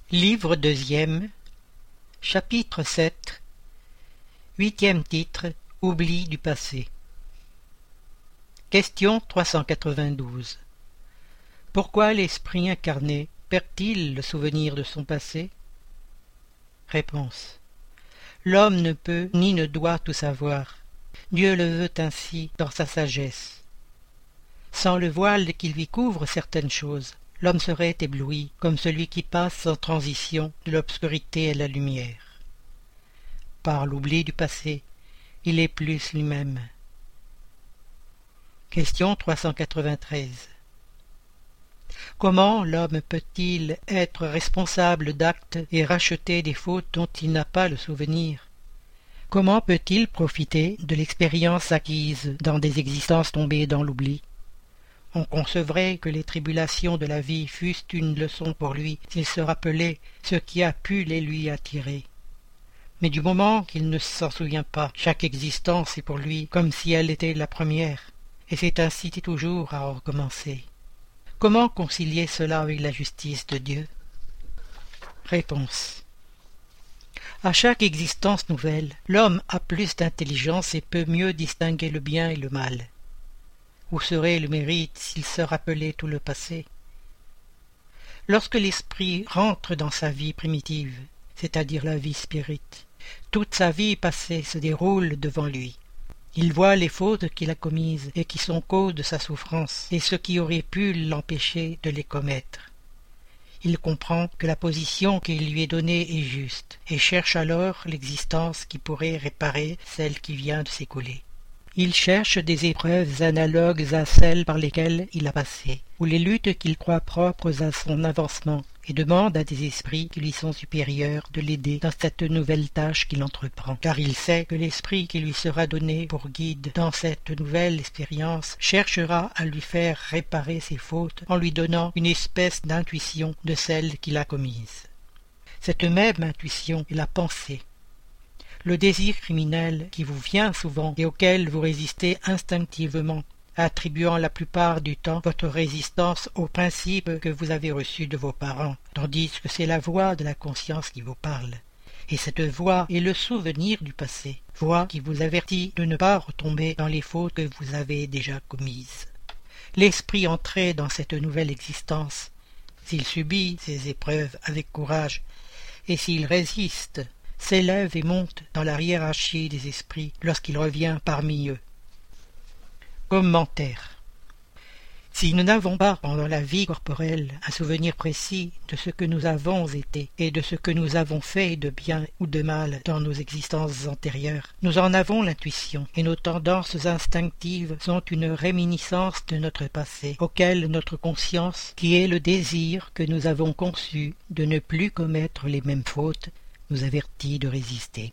Livre deuxième, chapitre 7, huitième titre, Oubli du passé. Question 392. Pourquoi l'esprit incarné perd-il le souvenir de son passé? Réponse. L'homme ne peut ni ne doit tout savoir. Dieu le veut ainsi dans sa sagesse. Sans le voile qui lui couvre certaines choses, l'homme serait ébloui, comme celui qui passe en transition de l'obscurité à la lumière. Par l'oubli du passé, il est plus lui-même. Question 393. Comment l'homme peut-il être responsable d'actes et racheter des fautes dont il n'a pas le souvenir? Comment peut-il profiter de l'expérience acquise dans des existences tombées dans l'oubli? On concevrait que les tribulations de la vie fussent une leçon pour lui s'il se rappelait ce qui a pu les lui attirer. Mais du moment qu'il ne s'en souvient pas, chaque existence est pour lui comme si elle était la première, et c'est ainsi toujours à recommencer. Comment concilier cela avec la justice de Dieu? Réponse. À chaque existence nouvelle, l'homme a plus d'intelligence et peut mieux distinguer le bien et le mal. Où serait le mérite s'il se rappelait tout le passé? Lorsque l'esprit rentre dans sa vie primitive, c'est-à-dire la vie spirite, toute sa vie passée se déroule devant lui. Il voit les fautes qu'il a commises et qui sont cause de sa souffrance, et ce qui aurait pu l'empêcher de les commettre. Il comprend que la position qui lui est donnée est juste, et cherche alors l'existence qui pourrait réparer celle qui vient de s'écouler. Il cherche des épreuves analogues à celles par lesquelles il a passé, ou les luttes qu'il croit propres à son avancement, et demande à des esprits qui lui sont supérieurs de l'aider dans cette nouvelle tâche qu'il entreprend, car il sait que l'esprit qui lui sera donné pour guide dans cette nouvelle expérience cherchera à lui faire réparer ses fautes en lui donnant une espèce d'intuition de celle qu'il a commise. Cette même intuition est la pensée. Le désir criminel qui vous vient souvent et auquel vous résistez instinctivement, attribuant la plupart du temps votre résistance aux principes que vous avez reçus de vos parents, tandis que c'est la voix de la conscience qui vous parle. Et cette voix est le souvenir du passé, voix qui vous avertit de ne pas retomber dans les fautes que vous avez déjà commises. L'esprit entré dans cette nouvelle existence, s'il subit ces épreuves avec courage, et s'il résiste, s'élève et monte dans la hiérarchie des esprits lorsqu'il revient parmi eux. Commentaire. Si nous n'avons pas pendant la vie corporelle un souvenir précis de ce que nous avons été et de ce que nous avons fait de bien ou de mal dans nos existences antérieures, nous en avons l'intuition, et nos tendances instinctives sont une réminiscence de notre passé, auquel notre conscience, qui est le désir que nous avons conçu de ne plus commettre les mêmes fautes, nous avertit de résister.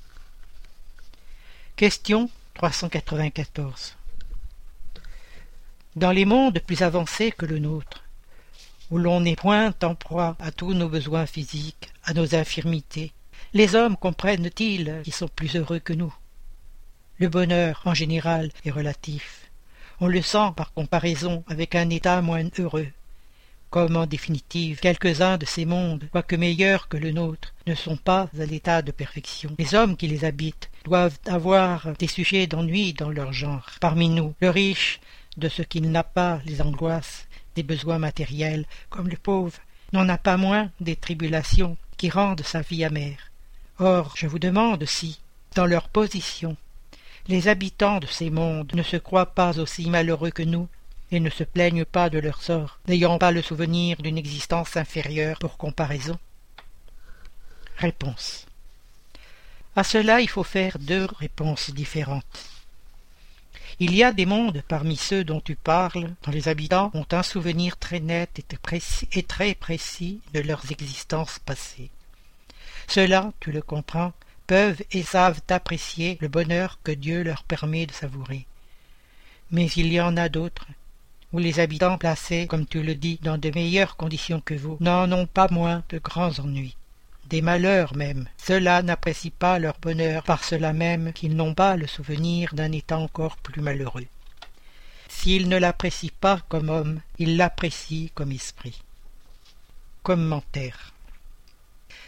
Question 394. Dans les mondes plus avancés que le nôtre, où l'on n'est point en proie à tous nos besoins physiques, à nos infirmités, les hommes comprennent-ils qu'ils sont plus heureux que nous? Le bonheur, en général, est relatif. On le sent par comparaison avec un état moins heureux. Comme en définitive, quelques-uns de ces mondes, quoique meilleurs que le nôtre, ne sont pas à l'état de perfection. Les hommes qui les habitent doivent avoir des sujets d'ennui dans leur genre. Parmi nous, le riche, de ce qu'il n'a pas les angoisses des besoins matériels, comme le pauvre, n'en a pas moins des tribulations qui rendent sa vie amère. Or, je vous demande si, dans leur position, les habitants de ces mondes ne se croient pas aussi malheureux que nous, et ne se plaignent pas de leur sort, n'ayant pas le souvenir d'une existence inférieure pour comparaison? Réponse. À cela, il faut faire deux réponses différentes. Il y a des mondes parmi ceux dont tu parles, dont les habitants ont un souvenir très net et très précis de leurs existences passées. Ceux-là, tu le comprends, peuvent et savent apprécier le bonheur que Dieu leur permet de savourer. Mais il y en a d'autres, où les habitants placés, comme tu le dis, dans de meilleures conditions que vous, n'en ont pas moins de grands ennuis, des malheurs même. Ceux-là n'apprécient pas leur bonheur par cela même qu'ils n'ont pas le souvenir d'un état encore plus malheureux. S'ils ne l'apprécient pas comme homme, ils l'apprécient comme esprit. Commentaire.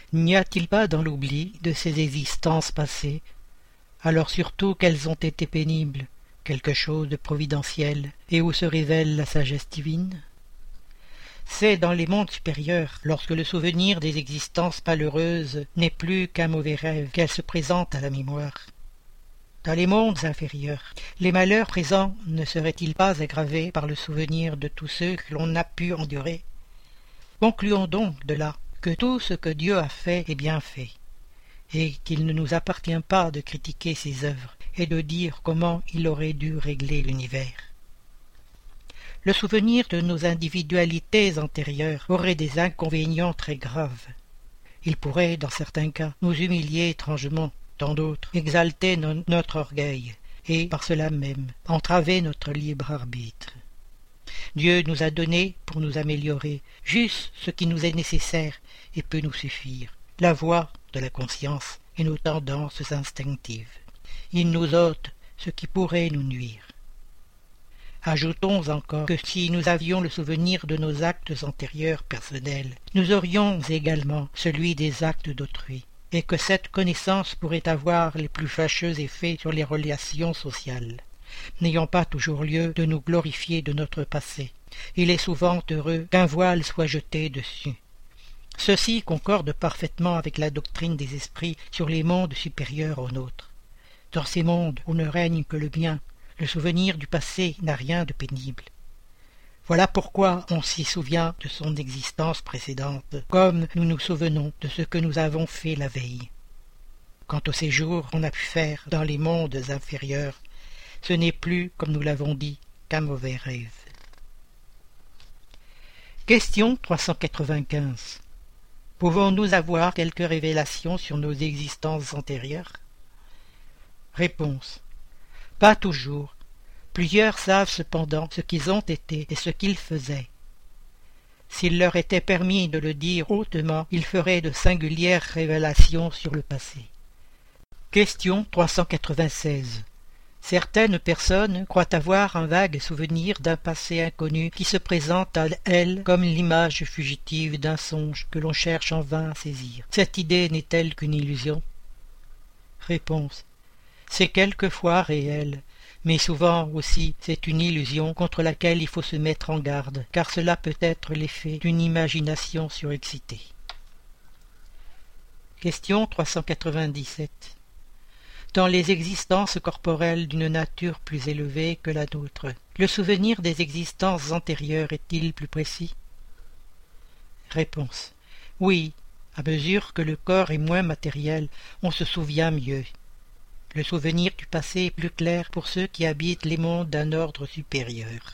N'y a-t-il pas dans l'oubli de ces existences passées, alors surtout qu'elles ont été pénibles, quelque chose de providentiel, et où se révèle la sagesse divine? C'est dans les mondes supérieurs, lorsque le souvenir des existences malheureuses n'est plus qu'un mauvais rêve, qu'elle se présente à la mémoire. Dans les mondes inférieurs, les malheurs présents ne seraient-ils pas aggravés par le souvenir de tous ceux que l'on a pu endurer? Concluons donc de là que tout ce que Dieu a fait est bien fait, et qu'il ne nous appartient pas de critiquer ses œuvres et de dire comment il aurait dû régler l'univers. Le souvenir de nos individualités antérieures aurait des inconvénients très graves. Il pourrait, dans certains cas, nous humilier étrangement, dans d'autres, exalter notre orgueil, et, par cela même, entraver notre libre arbitre. Dieu nous a donné, pour nous améliorer, juste ce qui nous est nécessaire et peut nous suffire, la voie de la conscience et nos tendances instinctives. Il nous ôte ce qui pourrait nous nuire. Ajoutons encore que si nous avions le souvenir de nos actes antérieurs personnels, nous aurions également celui des actes d'autrui, et que cette connaissance pourrait avoir les plus fâcheux effets sur les relations sociales. N'ayant pas toujours lieu de nous glorifier de notre passé, il est souvent heureux qu'un voile soit jeté dessus. Ceci concorde parfaitement avec la doctrine des esprits sur les mondes supérieurs aux nôtres. Dans ces mondes où ne règne que le bien, le souvenir du passé n'a rien de pénible. Voilà pourquoi on s'y souvient de son existence précédente, comme nous nous souvenons de ce que nous avons fait la veille. Quant au séjour qu'on a pu faire dans les mondes inférieurs, ce n'est plus, comme nous l'avons dit, qu'un mauvais rêve. Question 395. Pouvons-nous avoir quelques révélations sur nos existences antérieures? Réponse. Pas toujours. Plusieurs savent cependant ce qu'ils ont été et ce qu'ils faisaient. S'il leur était permis de le dire hautement, ils feraient de singulières révélations sur le passé. Question 396. Certaines personnes croient avoir un vague souvenir d'un passé inconnu qui se présente à elles comme l'image fugitive d'un songe que l'on cherche en vain à saisir. Cette idée n'est-elle qu'une illusion? Réponse. C'est quelquefois réel, mais souvent aussi c'est une illusion contre laquelle il faut se mettre en garde, car cela peut être l'effet d'une imagination surexcitée. Question 397. Dans les existences corporelles d'une nature plus élevée que la nôtre, le souvenir des existences antérieures est-il plus précis? Réponse. Oui, à mesure que le corps est moins matériel, on se souvient mieux. Le souvenir du passé est plus clair pour ceux qui habitent les mondes d'un ordre supérieur.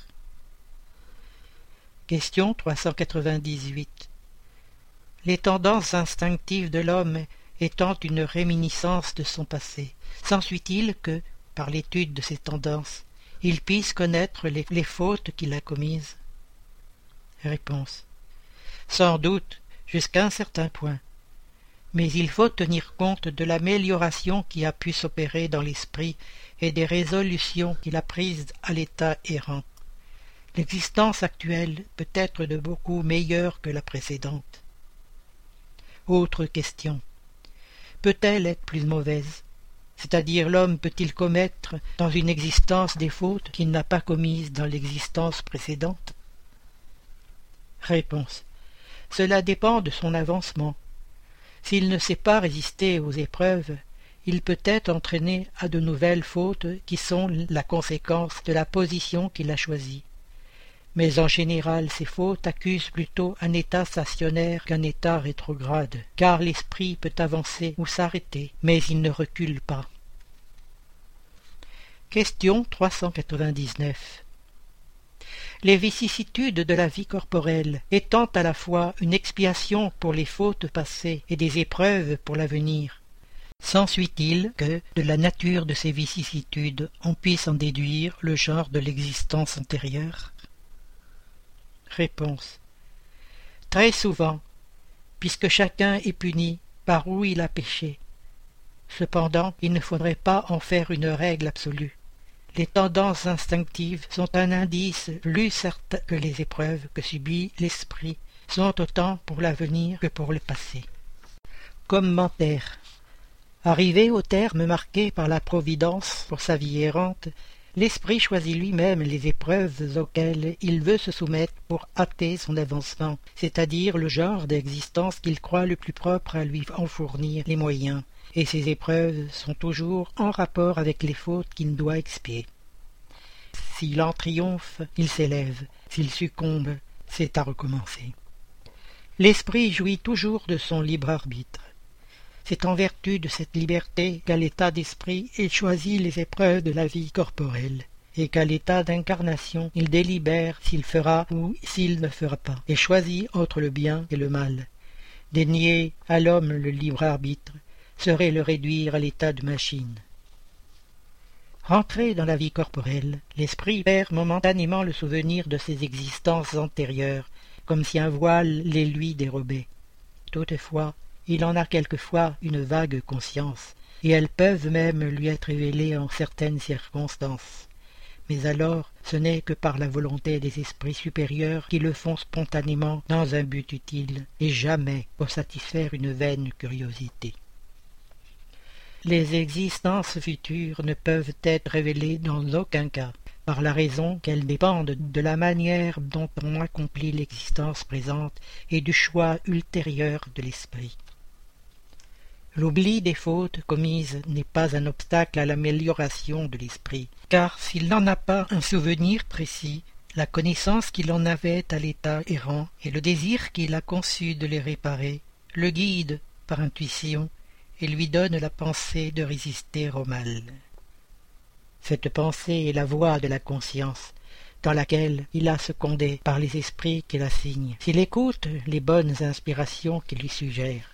Question 398. Les tendances instinctives de l'homme étant une réminiscence de son passé, s'ensuit-il que, par l'étude de ces tendances, il puisse connaître les fautes qu'il a commises? Réponse. Sans doute, jusqu'à un certain point. Mais il faut tenir compte de l'amélioration qui a pu s'opérer dans l'esprit et des résolutions qu'il a prises à l'état errant. L'existence actuelle peut être de beaucoup meilleure que la précédente. Autre question. Peut-elle être plus mauvaise? C'est-à-dire l'homme peut-il commettre dans une existence des fautes qu'il n'a pas commises dans l'existence précédente? Réponse. Cela dépend de son avancement. S'il ne sait pas résister aux épreuves, il peut être entraîné à de nouvelles fautes qui sont la conséquence de la position qu'il a choisie. Mais en général, ces fautes accusent plutôt un état stationnaire qu'un état rétrograde, car l'esprit peut avancer ou s'arrêter, mais il ne recule pas. Question 399. Les vicissitudes de la vie corporelle étant à la fois une expiation pour les fautes passées et des épreuves pour l'avenir, s'ensuit-il que, de la nature de ces vicissitudes, on puisse en déduire le genre de l'existence antérieure? Réponse. Très souvent, puisque chacun est puni par où il a péché. Cependant, il ne faudrait pas en faire une règle absolue. Les tendances instinctives sont un indice plus certain que les épreuves que subit l'esprit sont autant pour l'avenir que pour le passé. Commentaire. Arrivé au terme marqué par la Providence pour sa vie errante, l'esprit choisit lui-même les épreuves auxquelles il veut se soumettre pour hâter son avancement, c'est-à-dire le genre d'existence qu'il croit le plus propre à lui en fournir les moyens, et ces épreuves sont toujours en rapport avec les fautes qu'il doit expier. S'il en triomphe, il s'élève, s'il succombe, c'est à recommencer. L'esprit jouit toujours de son libre arbitre. C'est en vertu de cette liberté qu'à l'état d'esprit il choisit les épreuves de la vie corporelle, et qu'à l'état d'incarnation il délibère s'il fera ou s'il ne fera pas, et choisit entre le bien et le mal. Dénier à l'homme le libre arbitre serait le réduire à l'état de machine. Rentré dans la vie corporelle, l'esprit perd momentanément le souvenir de ses existences antérieures, comme si un voile les lui dérobait. Toutefois, il en a quelquefois une vague conscience, et elles peuvent même lui être révélées en certaines circonstances. Mais alors, ce n'est que par la volonté des esprits supérieurs qui le font spontanément dans un but utile, et jamais pour satisfaire une vaine curiosité. Les existences futures ne peuvent être révélées dans aucun cas, par la raison qu'elles dépendent de la manière dont on accomplit l'existence présente et du choix ultérieur de l'esprit. L'oubli des fautes commises n'est pas un obstacle à l'amélioration de l'esprit, car s'il n'en a pas un souvenir précis, la connaissance qu'il en avait à l'état errant et le désir qu'il a conçu de les réparer le guident par intuition et lui donnent la pensée de résister au mal. Cette pensée est la voix de la conscience, dans laquelle il a secondé par les esprits qui la signent, s'il écoute les bonnes inspirations qui lui suggèrent.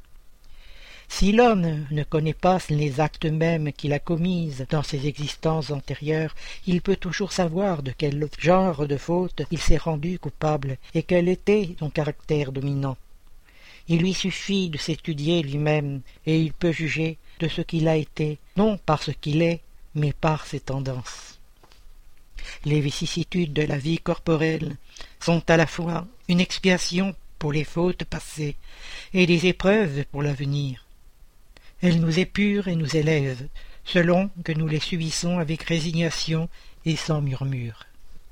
Si l'homme ne connaît pas les actes mêmes qu'il a commis dans ses existences antérieures, il peut toujours savoir de quel genre de faute il s'est rendu coupable et quel était son caractère dominant. Il lui suffit de s'étudier lui-même et il peut juger de ce qu'il a été, non par ce qu'il est, mais par ses tendances. Les vicissitudes de la vie corporelle sont à la fois une expiation pour les fautes passées et des épreuves pour l'avenir. Elles nous épurent et nous élèvent, selon que nous les subissons avec résignation et sans murmure.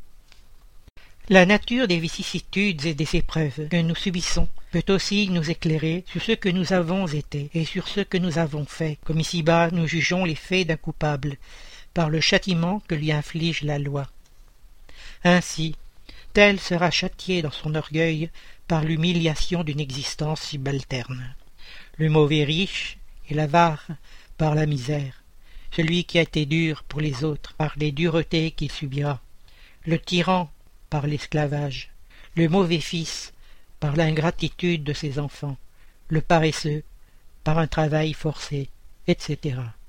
La nature des vicissitudes et des épreuves que nous subissons peut aussi nous éclairer sur ce que nous avons été et sur ce que nous avons fait, comme ici-bas nous jugeons les faits d'un coupable, par le châtiment que lui inflige la loi. Ainsi, tel sera châtié dans son orgueil par l'humiliation d'une existence subalterne. Le mauvais riche et l'avare par la misère, celui qui a été dur pour les autres par les duretés qu'il subira, le tyran par l'esclavage, le mauvais fils par l'ingratitude de ses enfants, le paresseux par un travail forcé, etc.